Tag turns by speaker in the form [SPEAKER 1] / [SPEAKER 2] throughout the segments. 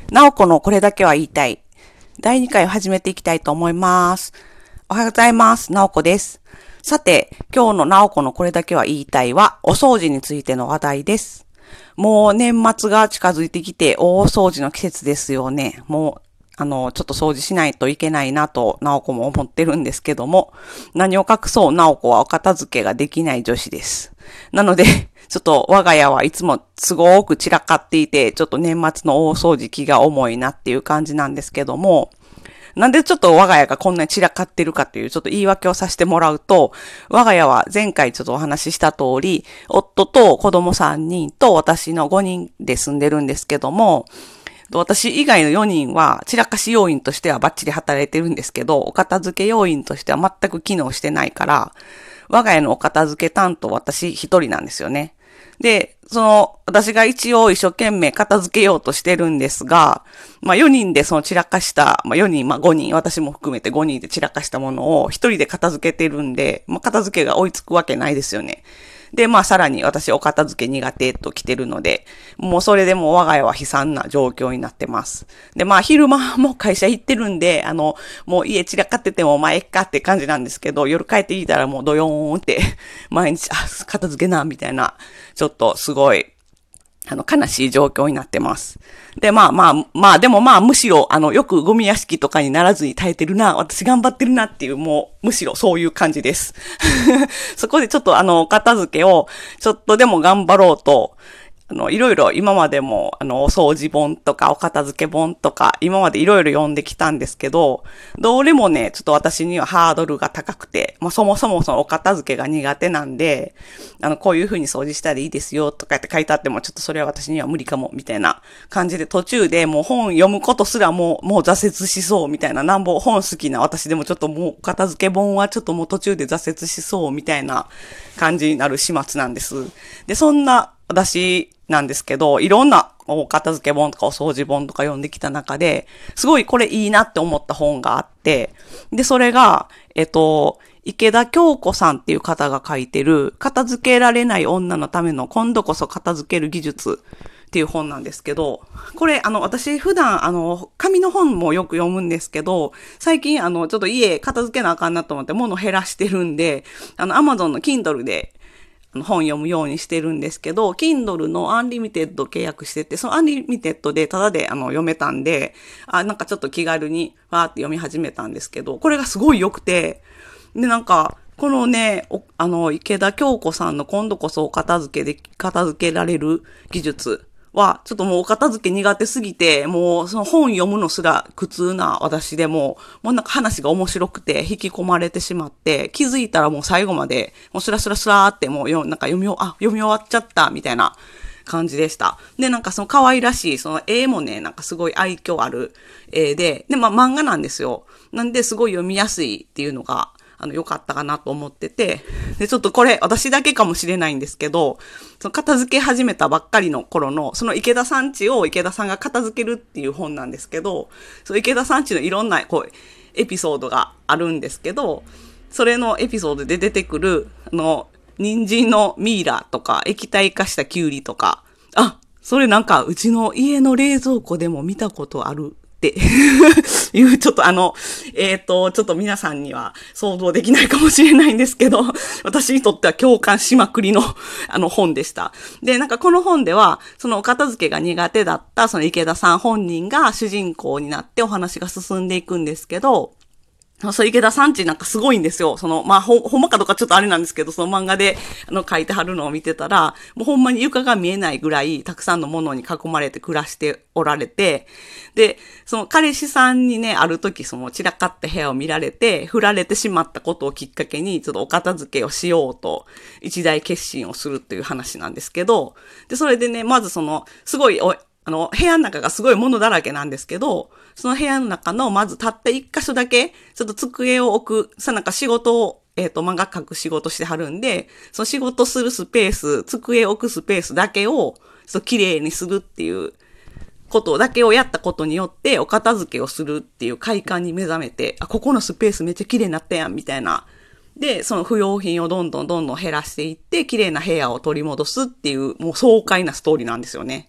[SPEAKER 1] なおこのこれだけは言いたい。第2回を始めていきたいと思います。おはようございます。なおこです。さて、今日のなおこのこれだけは言いたいは、お掃除についての話題です。もう年末が近づいてきて、大掃除の季節ですよね。もう、ちょっと掃除しないといけないなと、なおこも思ってるんですけども、何を隠そう、なおこはお片付けができない女子です。なので、ちょっと我が家はいつもすごく散らかっていて、ちょっと年末の大掃除気が重いなっていう感じなんですけども、なんでちょっと我が家がこんなに散らかってるかというちょっと言い訳をさせてもらうと、我が家は前回ちょっとお話しした通り、夫と子供3人と私の5人で住んでるんですけども、私以外の4人は散らかし要員としてはバッチリ働いてるんですけど、お片付け要員としては全く機能してないから、我が家のお片付け担当私一人なんですよね。で、私が一応一生懸命片付けようとしてるんですが、まあ4人でその散らかした、まあ4人、まあ5人、私も含めて5人で散らかしたものを一人で片付けてるんで、まあ片付けが追いつくわけないですよね。で、まあさらに私お片付け苦手と来てるので、もうそれでもう我が家は悲惨な状況になってます。で、まあ昼間も会社行ってるんで、もう家散らかっててもまあえっかって感じなんですけど、夜帰ってきたらもうドヨーンって毎日、片付けな、みたいな、ちょっとすごい、悲しい状況になってます。で、でもまあ、むしろ、よくゴミ屋敷とかにならずに耐えてるな、私頑張ってるなっていう、もう、むしろそういう感じです。そこでちょっと片付けを、ちょっとでも頑張ろうと、いろいろ今までも、お掃除本とか、お片付け本とか、今までいろいろ読んできたんですけど、どれもね、ちょっと私にはハードルが高くて、まあ、そもそもそのお片付けが苦手なんで、こういう風に掃除したらいいですよ、とかって書いてあっても、ちょっとそれは私には無理かも、みたいな感じで途中でもう本読むことすらもう挫折しそう、みたいな、なんぼ本好きな私でもちょっともう、お片付け本はちょっともう途中で挫折しそう、みたいな感じになる始末なんです。で、そんな、私なんですけど、いろんなお片付け本とかお掃除本とか読んできた中で、すごいこれいいなって思った本があって、で、それが、池田京子さんっていう方が書いてる、片付けられない女のための今度こそ片付ける技術っていう本なんですけど、これ、私普段、紙の本もよく読むんですけど、最近、ちょっと家片付けなあかんなと思って物減らしてるんで、Amazon の Kindle で、本読むようにしてるんですけど、Kindle のアンリミテッド契約してて、そのアンリミテッドでタダで読めたんで、なんかちょっと気軽にわーって読み始めたんですけど、これがすごい良くて、で、なんか、このね、池田京子さんの今度こそ片付けられる技術は、ちょっともうお片付け苦手すぎて、もうその本読むのすら苦痛な私でも、もうなんか話が面白くて引き込まれてしまって、気づいたらもう最後まで、もうスラスラスラーってもうなんか読み終わっちゃったみたいな感じでした。で、なんかその可愛らしい、その絵もね、なんかすごい愛嬌ある絵で、まあ漫画なんですよ。なんですごい読みやすいっていうのが、良かったかなと思ってて、で、ちょっとこれ、私だけかもしれないんですけど、その片付け始めたばっかりの頃の、その池田さん家を池田さんが片付けるっていう本なんですけど、その池田さん家のいろんな、エピソードがあるんですけど、それのエピソードで出てくる、人参のミイラとか、液体化したキュウリとか、それなんか、うちの家の冷蔵庫でも見たことあるっていう、ちょっとちょっと皆さんには想像できないかもしれないんですけど、私にとっては共感しまくりの本でした。で、なんかこの本では、そのお片付けが苦手だったその池田さん本人が主人公になってお話が進んでいくんですけど、池田さんちなんかすごいんですよ。ほんまかどうかちょっとあれなんですけど、その漫画で、書いてはるのを見てたら、もうほんまに床が見えないぐらい、たくさんのものに囲まれて暮らしておられて、で、その彼氏さんにね、ある時その散らかった部屋を見られて、振られてしまったことをきっかけに、ちょっとお片付けをしようと、一大決心をするっていう話なんですけど、で、それでね、まずすごい部屋の中がすごい物だらけなんですけど、その部屋の中のまずたった一箇所だけ、ちょっと机を置く、なんか仕事を、漫画描く仕事してはるんで、その仕事するスペース、机を置くスペースだけを、綺麗にするっていうことだけをやったことによって、お片付けをするっていう快感に目覚めて、ここのスペースめっちゃ綺麗になったやん、みたいな。で、その不要品をどんどん減らしていって、綺麗な部屋を取り戻すっていう、もう爽快なストーリーなんですよね。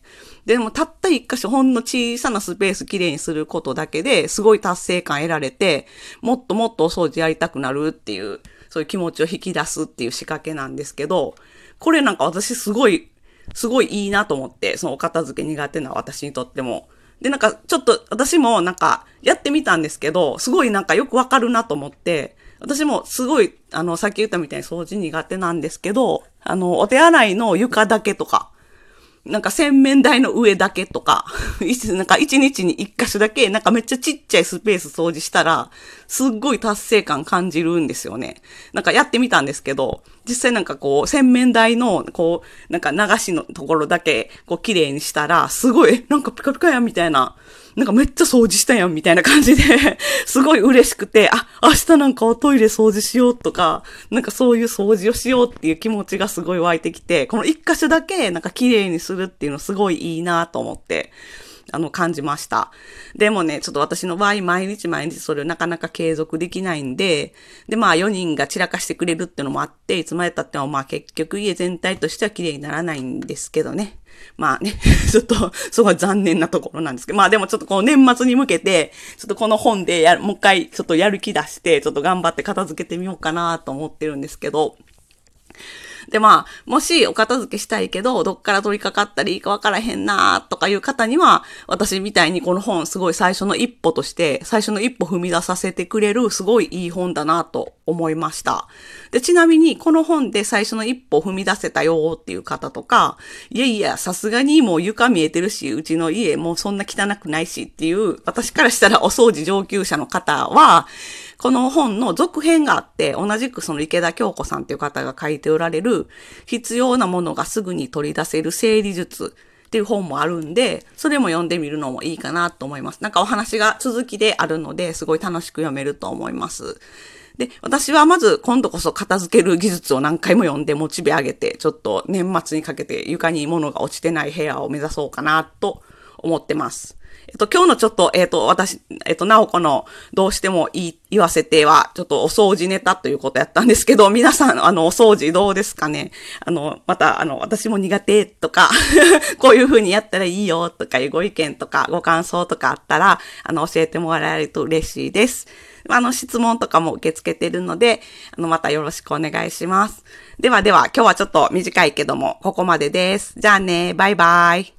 [SPEAKER 1] でもたった一箇所ほんの小さなスペースきれいにすることだけですごい達成感得られて、もっともっとお掃除やりたくなるっていう、そういう気持ちを引き出すっていう仕掛けなんですけど、これなんか私すごいいいなと思って、そのお片付け苦手な私にとっても。で、なんかちょっと私もなんかやってみたんですけど、すごいなんかよくわかるなと思って、私もすごい、さっき言ったみたいに掃除苦手なんですけど、お手洗いの床だけとか、なんか洗面台の上だけとか、なんか一日に一箇所だけ、なんかめっちゃちっちゃいスペース掃除したら、すっごい達成感感じるんですよね。なんかやってみたんですけど、実際なんかこう、洗面台の、こう、なんか流しのところだけ、こう、綺麗にしたら、すごい、なんかピカピカやんみたいな、なんかめっちゃ掃除したやんみたいな感じで、すごい嬉しくて、あ、明日なんかおトイレ掃除しようとか、なんかそういう掃除をしようっていう気持ちがすごい湧いてきて、この一箇所だけなんか綺麗にするっていうのすごいいいなと思って、感じました。でもね、ちょっと私の場合、毎日それをなかなか継続できないんで、で、まあ4人が散らかしてくれるっていうのもあって、いつまで経ってもまあ結局家全体としては綺麗にならないんですけどね。まあね、ちょっと、すごい残念なところなんですけど、まあでもちょっとこの年末に向けて、ちょっとこの本でもう一回ちょっとやる気出して、ちょっと頑張って片付けてみようかなと思ってるんですけど、で、まあ、もしお片付けしたいけど、どっから取り掛かったらいいかわからへんなとかいう方には、私みたいにこの本すごい最初の一歩として、最初の一歩踏み出させてくれるすごいいい本だなと思いました。で、ちなみにこの本で最初の一歩踏み出せたよっていう方とか、いやいや、さすがにもう床見えてるし、うちの家もうそんな汚くないしっていう、私からしたらお掃除上級者の方は、この本の続編があって、同じくその池田京子さんという方が書いておられる、必要なものがすぐに取り出せる整理術っていう本もあるんで、それも読んでみるのもいいかなと思います。なんかお話が続きであるので、すごい楽しく読めると思います。で、私はまず今度こそ片付ける技術を何回も読んでモチベ上げて、ちょっと年末にかけて床に物が落ちてない部屋を目指そうかなと思ってます。今日のちょっと、私、なおこのどうしても言わせては、ちょっとお掃除ネタということやったんですけど、皆さん、お掃除どうですかね。また、私も苦手とか、こういう風にやったらいいよとかいうご意見とかご感想とかあったら、教えてもらえると嬉しいです。質問とかも受け付けてるので、またよろしくお願いします。では、今日はちょっと短いけども、ここまでです。じゃあね、バイバイ。